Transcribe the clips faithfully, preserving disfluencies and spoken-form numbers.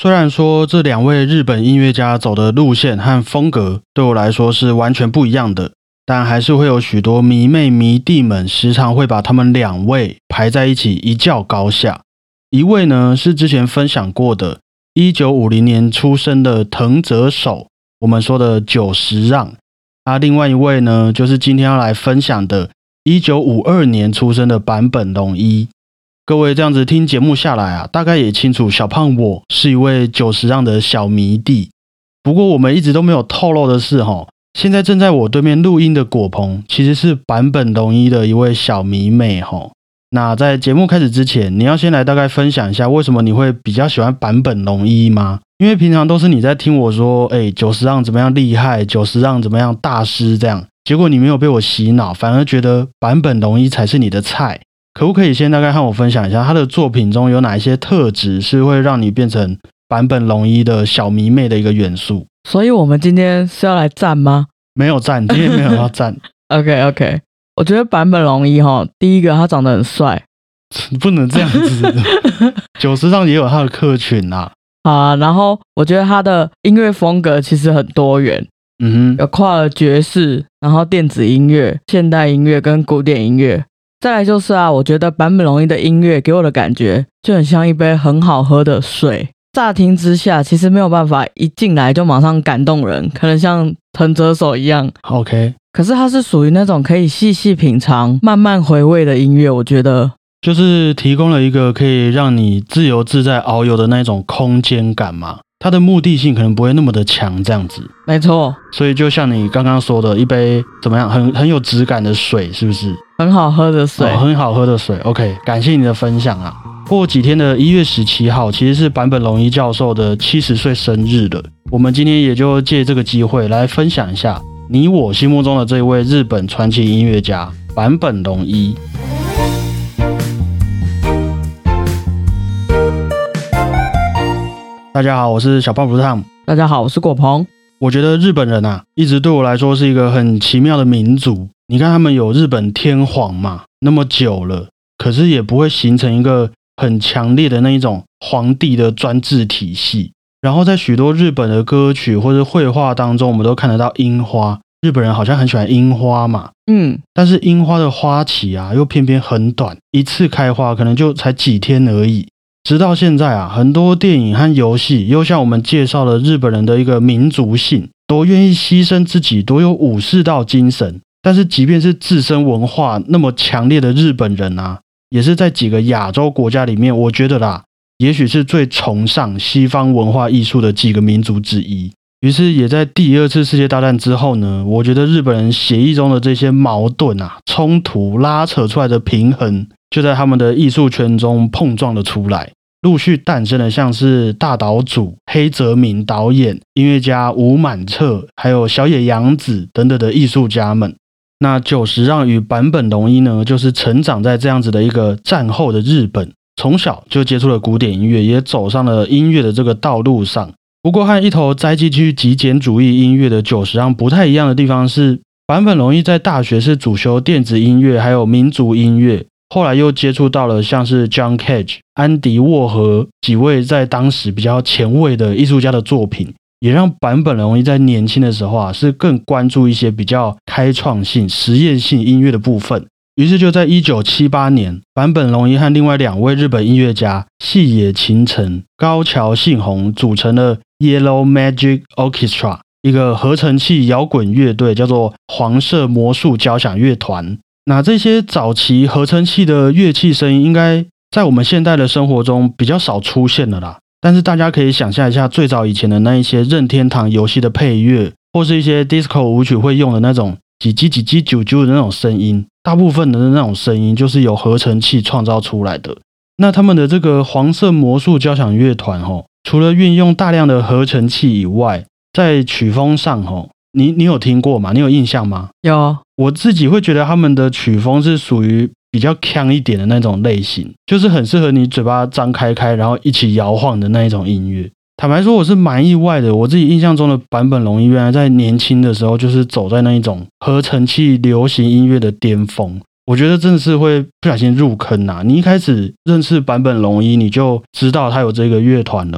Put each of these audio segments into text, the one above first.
虽然说这两位日本音乐家走的路线和风格对我来说是完全不一样的，但还是会有许多迷妹迷弟们时常会把他们两位排在一起一较高下。一位呢是之前分享过的一九五零年出生的藤泽守，我们说的久石让，啊，另外一位呢就是今天要来分享的一九五二年出生的坂本龙一。各位这样子听节目下来啊，大概也清楚小胖我是一位久石让的小迷弟。不过我们一直都没有透露的是齁，现在正在我对面录音的果鹏其实是坂本龙一的一位小迷妹齁。那在节目开始之前，你要先来大概分享一下为什么你会比较喜欢坂本龙一吗？因为平常都是你在听我说诶久石让怎么样厉害，久石让怎么样大师这样，结果你没有被我洗脑，反而觉得坂本龙一才是你的菜。可不可以先大概和我分享一下他的作品中有哪一些特质是会让你变成坂本龙一的小迷妹的一个元素？ 所以我们今天是要来赞吗？ 没有赞，今天没有要赞。 OK OK， 我觉得坂本龙一齁，第一个他长得很帅， 不能这样子。久石让也有他的客群啊。 好啊，然后我觉得他的音乐风格其实很多元， 嗯哼， 有跨了爵士，然后电子音乐、现代音乐跟古典音乐。再来就是啊，我觉得坂本龙一的音乐给我的感觉就很像一杯很好喝的水，乍听之下其实没有办法一进来就马上感动人，可能像藤泽守一样 OK， 可是它是属于那种可以细细品尝慢慢回味的音乐，我觉得就是提供了一个可以让你自由自在遨游的那种空间感嘛，它的目的性可能不会那么的强这样子。 没错， 所以就像你刚刚说的，一杯怎么样很很有质感的水，是不是很好喝的水、 哦、很好喝的水。 OK， 感谢你的分享啊。过几天的一月十七号其实是坂本龙一教授的七十岁生日了，我们今天也就借这个机会来分享一下你我心目中的这一位日本传奇音乐家坂本龙一。大家好，我是小胖不是烫。 大家好，我是果鹏。 我觉得日本人啊，一直对我来说是一个很奇妙的民族。你看他们有日本天皇嘛，那么久了，可是也不会形成一个很强烈的那一种皇帝的专制体系。然后在许多日本的歌曲或者绘画当中，我们都看得到樱花。日本人好像很喜欢樱花嘛， 嗯， 但是樱花的花期啊，又偏偏很短，一次开花可能就才几天而已。直到现在啊，很多电影和游戏又向我们介绍了日本人的一个民族性，多愿意牺牲自己，多有武士道精神。但是即便是自身文化那么强烈的日本人啊，也是在几个亚洲国家里面，我觉得啦，也许是最崇尚西方文化艺术的几个民族之一。于是也在第二次世界大战之后呢，我觉得日本人血液中的这些矛盾啊、冲突拉扯出来的平衡，就在他们的艺术圈中碰撞了出来，陆续诞生了像是大岛渚、黑泽明导演、音乐家吴满彻，还有小野洋子等等的艺术家们。那久石让与坂本龙一呢，就是成长在这样子的一个战后的日本，从小就接触了古典音乐，也走上了音乐的这个道路上。不过和一头栽进去极简主义音乐的久石让不太一样的地方是，坂本龙一在大学是主修电子音乐还有民族音乐，后来又接触到了像是 John Cage、安迪沃荷几位在当时比较前卫的艺术家的作品，也让坂本龙一在年轻的时候啊，是更关注一些比较开创性、实验性音乐的部分。于是就在一九七八年，坂本龙一和另外两位日本音乐家细野晴臣、高桥幸宏组成了 Yellow Magic Orchestra， 一个合成器摇滚乐队，叫做黄色魔术交响乐团。那这些早期合成器的乐器声音应该在我们现代的生活中比较少出现了啦，但是大家可以想象一下最早以前的那一些任天堂游戏的配乐，或是一些 disco 舞曲会用的那种叽叽叽叽啾啾的那种声音，大部分的那种声音就是由合成器创造出来的。那他们的这个黄色魔术交响乐团齁，除了运用大量的合成器以外，在曲风上齁，你你有听过吗？你有印象吗？ 有， 我自己会觉得他们的曲风是属于比较呛一点的那种类型，就是很适合你嘴巴张开开然后一起摇晃的那一种音乐。坦白说我是蛮意外的，我自己印象中的坂本龙一原来在年轻的时候就是走在那一种合成器流行音乐的巅峰，我觉得真的是会不小心入坑啊。你一开始认识坂本龙一你就知道他有这个乐团了嘛？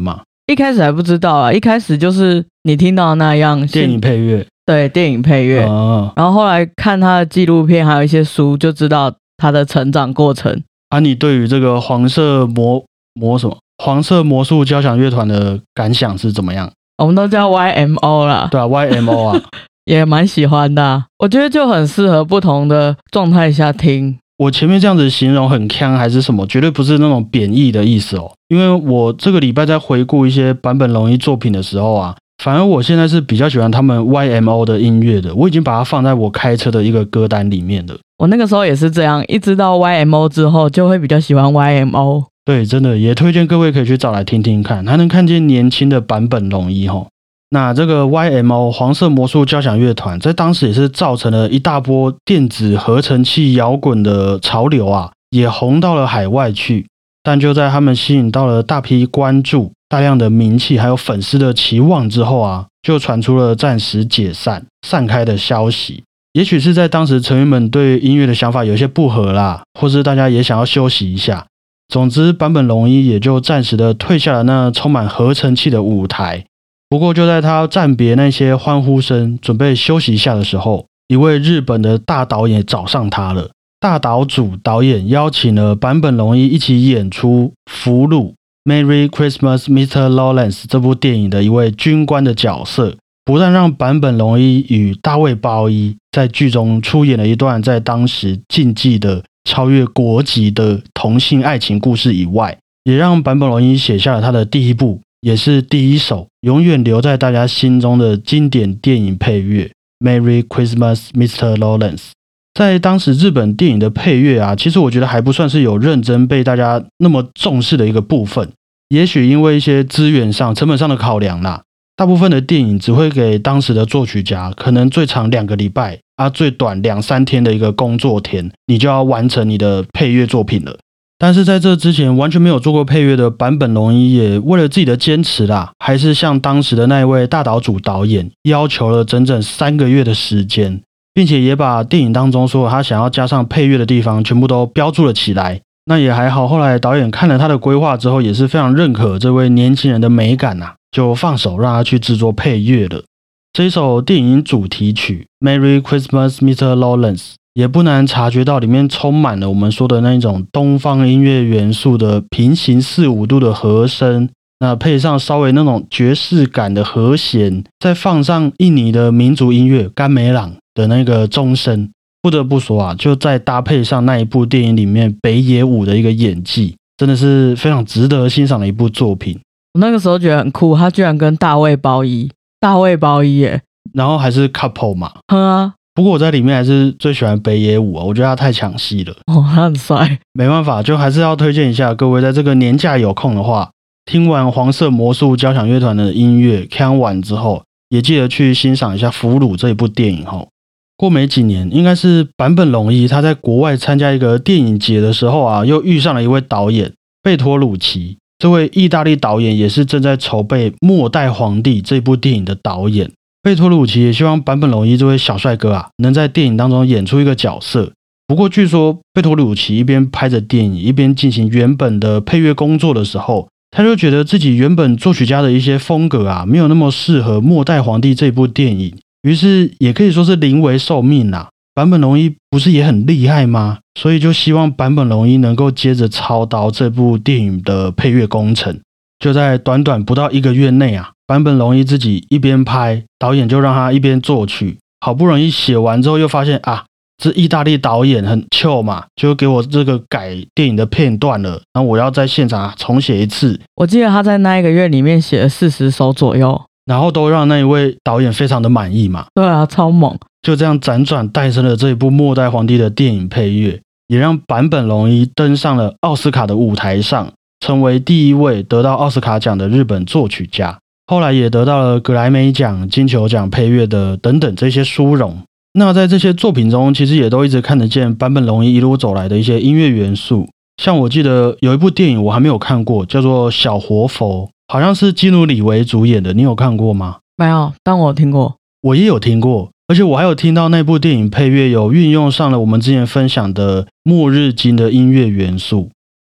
一开始还不知道啊，一开始就是你听到的那样电影配乐， 对，电影配乐、哦、然后后来看他的纪录片还有一些书就知道他的成长过程。 啊，你对于这个黄色魔魔什么黄色魔术交响乐团的感想是怎么样？ 我们都叫 Y M O 啦。 对啊 Y M O 啊也蛮喜欢的、啊、我觉得就很适合不同的状态下听。 我前面这样子形容很鏘还是什么，绝对不是那种贬义的意思哦。因为我这个礼拜在回顾一些坂本龙一作品的时候啊，反而我现在是比较喜欢他们 Y M O 的音乐的，我已经把它放在我开车的一个歌单里面了。 我那个时候也是这样，一知道 Y M O 之后就会比较喜欢 Y M O。 对，真的也推荐各位可以去找来听听看，还能看见年轻的坂本龙一齁。那这个 Y M O 黄色魔术交响乐团在当时也是造成了一大波电子合成器摇滚的潮流啊，也红到了海外去。但就在他们吸引到了大批关注、大量的名气还有粉丝的期望之后啊，就传出了暂时解散散开的消息。也许是在当时成员们对音乐的想法有些不合啦，或是大家也想要休息一下。总之坂本龙一也就暂时的退下了那充满合成器的舞台。不过就在他暂别那些欢呼声准备休息一下的时候，一位日本的大导演找上他了。大岛主导演邀请了坂本龙一一起演出《俘虏 Merry Christmas Mister Lawrence》这部电影的一位军官的角色，不但让坂本龙一与大卫鲍伊在剧中出演了一段在当时禁忌的超越国籍的同性爱情故事以外，也让坂本龙一写下了他的第一部也是第一首永远留在大家心中的经典电影配乐 Merry Christmas Mister Lawrence。 在当时日本电影的配乐啊，其实我觉得还不算是有认真被大家那么重视的一个部分，也许因为一些资源上成本上的考量啦，大部分的电影只会给当时的作曲家可能最长两个礼拜啊，最短两三天的一个工作天，你就要完成你的配乐作品了。但是在这之前完全没有做过配乐的坂本龙一也为了自己的坚持啦，还是向当时的那一位大岛主导演要求了整整三个月的时间，并且也把电影当中所有他想要加上配乐的地方全部都标注了起来。那也还好，后来导演看了他的规划之后也是非常认可这位年轻人的美感啊，就放手让他去制作配乐了。这一首电影主题曲 Merry Christmas Mister Lawrence 也不难察觉到里面充满了我们说的那种东方音乐元素的平行四五度的和声，那配上稍微那种爵士感的和弦，再放上印尼的民族音乐甘美朗的那个钟声，不得不说啊，就再搭配上那一部电影里面北野武的一个演技，真的是非常值得欣赏的一部作品。 我那个时候觉得很酷，他居然跟大卫鲍伊大卫鲍伊耶， 然后还是 couple 嘛。 哼啊， 不过我在里面还是最喜欢北野武啊，我觉得他太抢戏了。 哦，他很帅。 没办法，就还是要推荐一下各位，在这个年假有空的话，听完黄色魔术交响乐团的音乐看完之后，也记得去欣赏一下《俘虏》这一部电影齁。过没几年，应该是坂本龙一他在国外参加一个电影节的时候啊，又遇上了一位导演贝托鲁奇。这位意大利导演也是正在筹备《末代皇帝》这部电影的导演。贝托鲁奇也希望坂本龙一这位小帅哥啊，能在电影当中演出一个角色。不过据说贝托鲁奇一边拍着电影，一边进行原本的配乐工作的时候，他就觉得自己原本作曲家的一些风格啊，没有那么适合《末代皇帝》这部电影，于是也可以说是临危受命啊。坂本龙一不是也很厉害吗？所以就希望坂本龙一能够接着操刀这部电影的配乐工程。就在短短不到一个月内啊，坂本龙一自己一边拍，导演就让他一边作曲。好不容易写完之后，又发现啊，这意大利导演很糗嘛，就给我这个改电影的片段了，然后我要在现场、啊、重写一次。 我记得他在那一个月里面写了四十首左右， 然后都让那一位导演非常的满意嘛。 对啊，超猛。 就这样辗转诞生了这一部《末代皇帝》的电影配乐，也让坂本龙一登上了奥斯卡的舞台上，成为第一位得到奥斯卡奖的日本作曲家。后来也得到了格莱美奖、金球奖配乐的等等这些殊荣。那在这些作品中，其实也都一直看得见坂本龙一一路走来的一些音乐元素。像我记得有一部电影我还没有看过，叫做《小活佛》，好像是基努里维主演的，你有看过吗？ 没有，但我有听过。 我也有听过，而且我还有听到那部电影配乐有运用上了我们之前分享的末日经的音乐元素。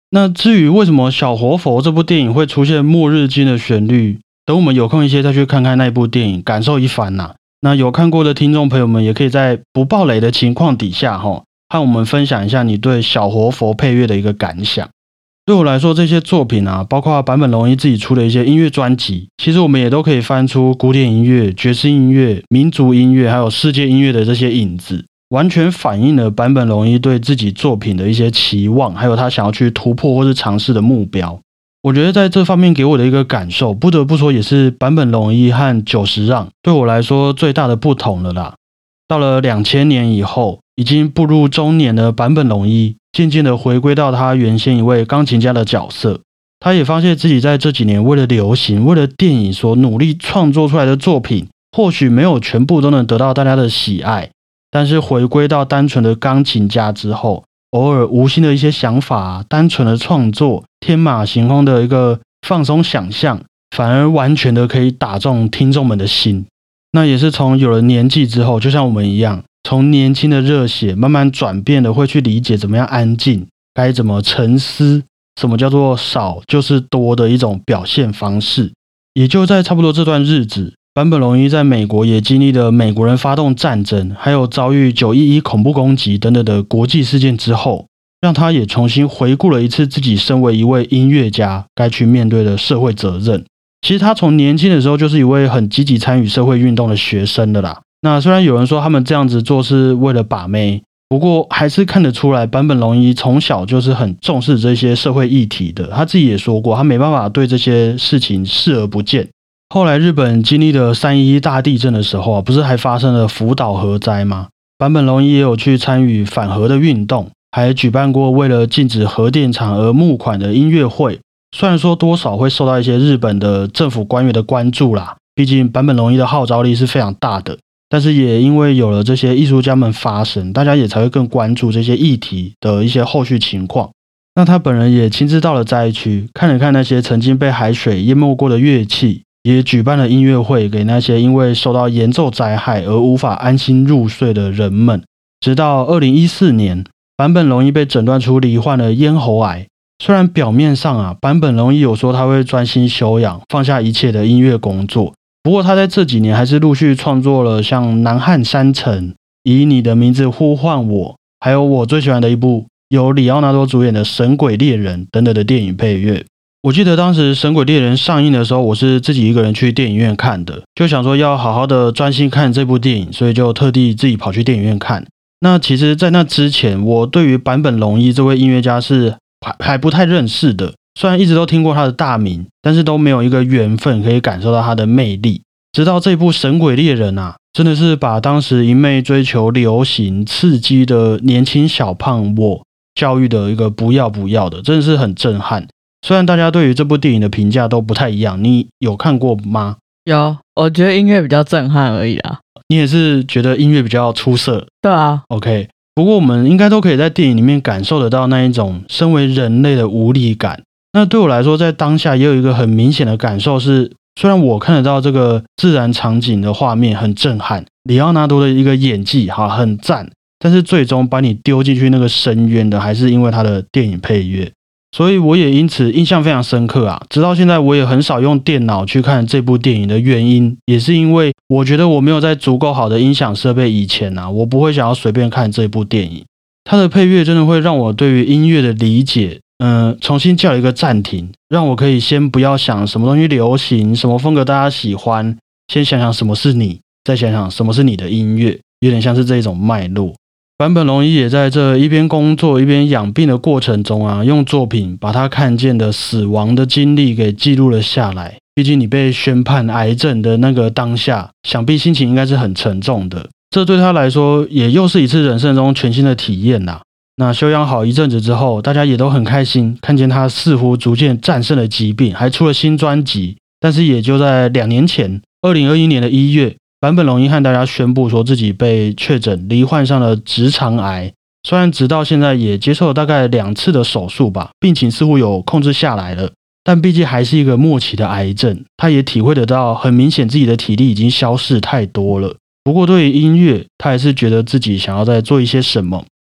那至于为什么小活佛这部电影会出现末日经的旋律，等我们有空一些再去看看那部电影，感受一番啦、啊。那有看过的听众朋友们也可以在不爆雷的情况底下齁，和我们分享一下你对小活佛配乐的一个感想。对我来说，这些作品啊，包括坂本龙一自己出的一些音乐专辑，其实我们也都可以翻出古典音乐、爵士音乐、民族音乐还有世界音乐的这些影子，完全反映了坂本龙一对自己作品的一些期望，还有他想要去突破或是尝试的目标。我觉得在这方面给我的一个感受，不得不说也是坂本龙一和久石让对我来说最大的不同了啦。到了两千年以后，已经步入中年的坂本龙一渐渐的回归到他原先一位钢琴家的角色。他也发现自己在这几年为了流行、为了电影所努力创作出来的作品，或许没有全部都能得到大家的喜爱，但是回归到单纯的钢琴家之后，偶尔无心的一些想法、单纯的创作、天马行空的一个放松想象，反而完全的可以打中听众们的心。那也是从有了年纪之后，就像我们一样，从年轻的热血慢慢转变的会去理解怎么样安静，该怎么沉思，什么叫做少就是多的一种表现方式。也就在差不多这段日子，坂本龙一在美国也经历了美国人发动战争，还有遭遇九一一恐怖攻击等等的国际事件之后，让他也重新回顾了一次自己身为一位音乐家该去面对的社会责任。其实他从年轻的时候就是一位很积极参与社会运动的学生的啦。那虽然有人说他们这样子做是为了把妹，不过还是看得出来坂本龙一从小就是很重视这些社会议题的。他自己也说过，他没办法对这些事情视而不见。后来日本经历了三一一大地震的时候啊，不是还发生了福岛核灾吗？坂本龙一也有去参与反核的运动，还举办过为了禁止核电厂而募款的音乐会。虽然说多少会受到一些日本的政府官员的关注啦，毕竟坂本龙一的号召力是非常大的，但是也因为有了这些艺术家们发声，大家也才会更关注这些议题的一些后续情况。那他本人也亲自到了灾区，看了看那些曾经被海水淹没过的乐器，也举办了音乐会给那些因为受到严重灾害而无法安心入睡的人们。直到二零一四年，坂本龙一被诊断出罹患了咽喉癌。虽然表面上啊，坂本龙一有说他会专心休养，放下一切的音乐工作，不过他在这几年还是陆续创作了像南汉山城、以你的名字呼唤我，还有我最喜欢的一部由里奥纳多主演的神鬼猎人等等的电影配乐。我记得当时神鬼猎人上映的时候，我是自己一个人去电影院看的，就想说要好好的专心看这部电影，所以就特地自己跑去电影院看。那其实在那之前，我对于坂本龙一这位音乐家是还不太认识的，虽然一直都听过他的大名，但是都没有一个缘分可以感受到他的魅力。直到这部神鬼猎人啊，真的是把当时一昧追求流行刺激的年轻小胖我教育的一个不要不要的，真的是很震撼。虽然大家对于这部电影的评价都不太一样，你有看过吗？ 有，我觉得音乐比较震撼而已啦。 你也是觉得音乐比较出色？ 对啊。 OK，不过我们应该都可以在电影里面感受得到那一种身为人类的无力感。那对我来说，在当下也有一个很明显的感受是，虽然我看得到这个自然场景的画面很震撼，里奥纳多的一个演技哈很赞，但是最终把你丢进去那个深渊的还是因为他的电影配乐。所以我也因此印象非常深刻啊！直到现在我也很少用电脑去看这部电影的原因，也是因为我觉得我没有在足够好的音响设备以前啊，我不会想要随便看这部电影。它的配乐真的会让我对于音乐的理解，嗯、呃，重新叫一个暂停，让我可以先不要想什么东西流行，什么风格大家喜欢，先想想什么是你，再想想什么是你的音乐，有点像是这一种脉络。坂本龙一也在这一边工作一边养病的过程中啊，用作品把他看见的死亡的经历给记录了下来。毕竟你被宣判癌症的那个当下，想必心情应该是很沉重的。这对他来说也又是一次人生中全新的体验啦。那休养好一阵子之后，大家也都很开心，看见他似乎逐渐战胜了疾病，还出了新专辑。但是也就在两年前，二零二一年的一月，坂本龙一和大家宣布说自己被确诊罹患上了直肠癌。虽然直到现在也接受了大概两次的手术吧，病情似乎有控制下来了，但毕竟还是一个末期的癌症，他也体会得到很明显自己的体力已经消逝太多了。不过对于音乐，他还是觉得自己想要再做一些什么。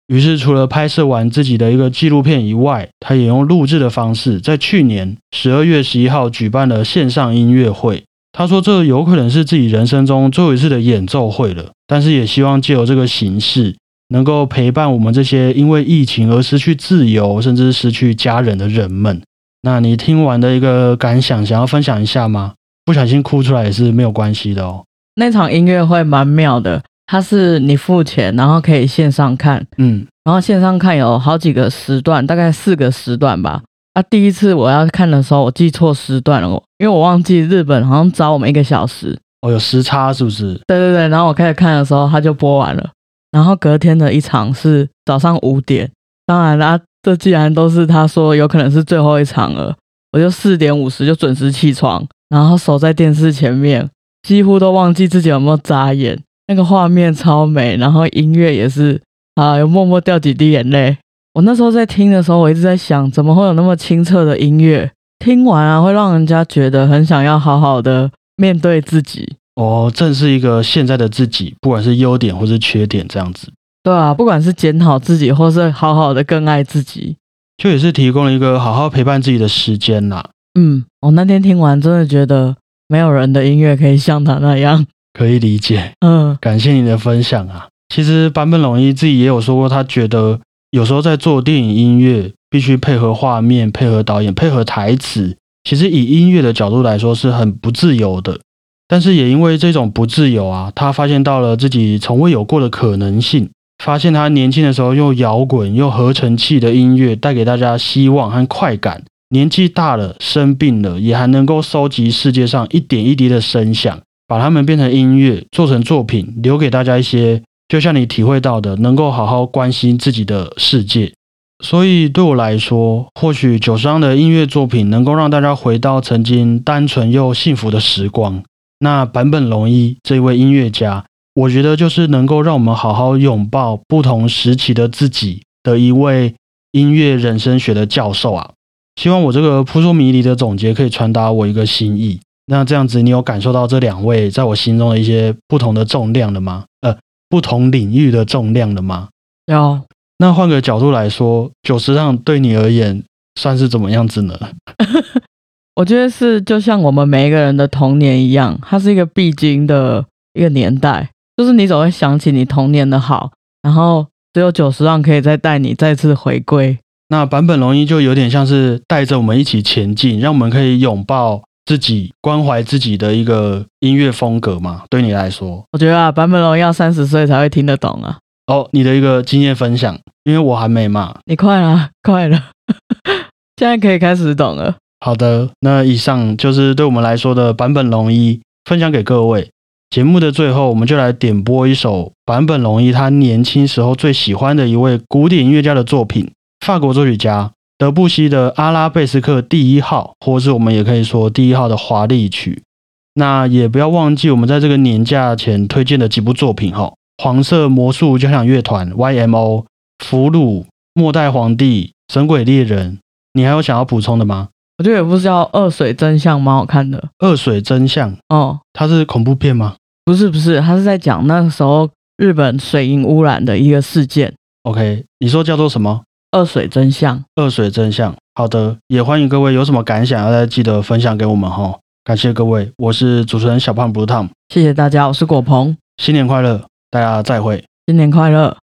于是除了拍摄完自己的一个纪录片以外，他也用录制的方式，在去年十二月十一号举办了线上音乐会。他说这有可能是自己人生中最后一次的演奏会了，但是也希望借由这个形式，能够陪伴我们这些因为疫情而失去自由，甚至失去家人的人们。那你听完的一个感想，想要分享一下吗？不小心哭出来也是没有关系的哦。 那场音乐会蛮妙的，它是你付钱，然后可以线上看，嗯，然后线上看有好几个时段，大概四个时段吧。啊，第一次我要看的时候，我记错时段了，因为我忘记日本好像早我们一个小时。 哦，有时差是不是？ 对对对，然后我开始看的时候，它就播完了。然后隔天的一场是早上五点，当然啦，这既然都是他说有可能是最后一场了，我就四点五十就准时起床，然后守在电视前面，几乎都忘记自己有没有眨眼。那个画面超美，然后音乐也是啊，有默默掉几滴眼泪。我那时候在听的时候，我一直在想，怎么会有那么清澈的音乐？听完啊，会让人家觉得很想要好好的面对自己。 哦，正是一个现在的自己，不管是优点或是缺点这样子。 对啊，不管是检讨自己，或是好好的更爱自己， 就也是提供了一个好好陪伴自己的时间啦。 嗯，我那天听完真的觉得没有人的音乐可以像他那样。 可以理解， 嗯， 感谢你的分享啊。其实坂本龙一自己也有说过，他觉得有时候在做电影音乐，必须配合画面、配合导演、配合台词，其实以音乐的角度来说是很不自由的。但是也因为这种不自由啊，他发现到了自己从未有过的可能性，发现他年轻的时候用摇滚、用合成器的音乐带给大家希望和快感，年纪大了、生病了，也还能够收集世界上一点一滴的声响，把它们变成音乐，做成作品，留给大家一些就像你体会到的，能够好好关心自己的世界。所以对我来说，或许久石让的音乐作品能够让大家回到曾经单纯又幸福的时光。那坂本龙一这位音乐家，我觉得就是能够让我们好好拥抱不同时期的自己的一位音乐人生学的教授啊。希望我这个扑朔迷离的总结可以传达我一个心意。那这样子你有感受到这两位在我心中的一些不同的重量了吗？呃，不同领域的重量了吗？ 有。 那换个角度来说，久石让对你而言算是怎么样子呢？ 我觉得是就像我们每一个人的童年一样，它是一个必经的一个年代，就是你总会想起你童年的好，然后只有久石让可以再带你再次回归。 那坂本龙一就有点像是带着我们一起前进，让我们可以拥抱自己、关怀自己的一个音乐风格嘛？对你来说， 我觉得啊，坂本龙一要三十岁才会听得懂啊。 哦，你的一个经验分享，因为我还没嘛。 你快了，快了，现在可以开始懂了。 好的，那以上就是对我们来说的坂本龙一分享给各位。节目的最后，我们就来点播一首坂本龙一他年轻时候最喜欢的一位古典音乐家的作品，法国作曲家德布西的阿拉贝斯克第一号，或是我们也可以说第一号的华丽曲。那也不要忘记我们在这个年假前推荐的几部作品齁，黄色魔术交响乐团 Y M O、 俘虏、末代皇帝、神鬼猎人。你还有想要补充的吗？ 我觉得有部叫《恶水真相》蛮好看的。 恶水真相哦， 它是恐怖片吗？ 不是不是，它是在讲那时候日本水银污染的一个事件。 OK， 你说叫做什么？ 恶水真相。 恶水真相，好的，也欢迎各位有什么感想要再记得分享给我们齁。感谢各位，我是主持人小胖 Blue Tom， 谢谢大家，我是果鹏， 新年快乐，大家再会， 新年快乐。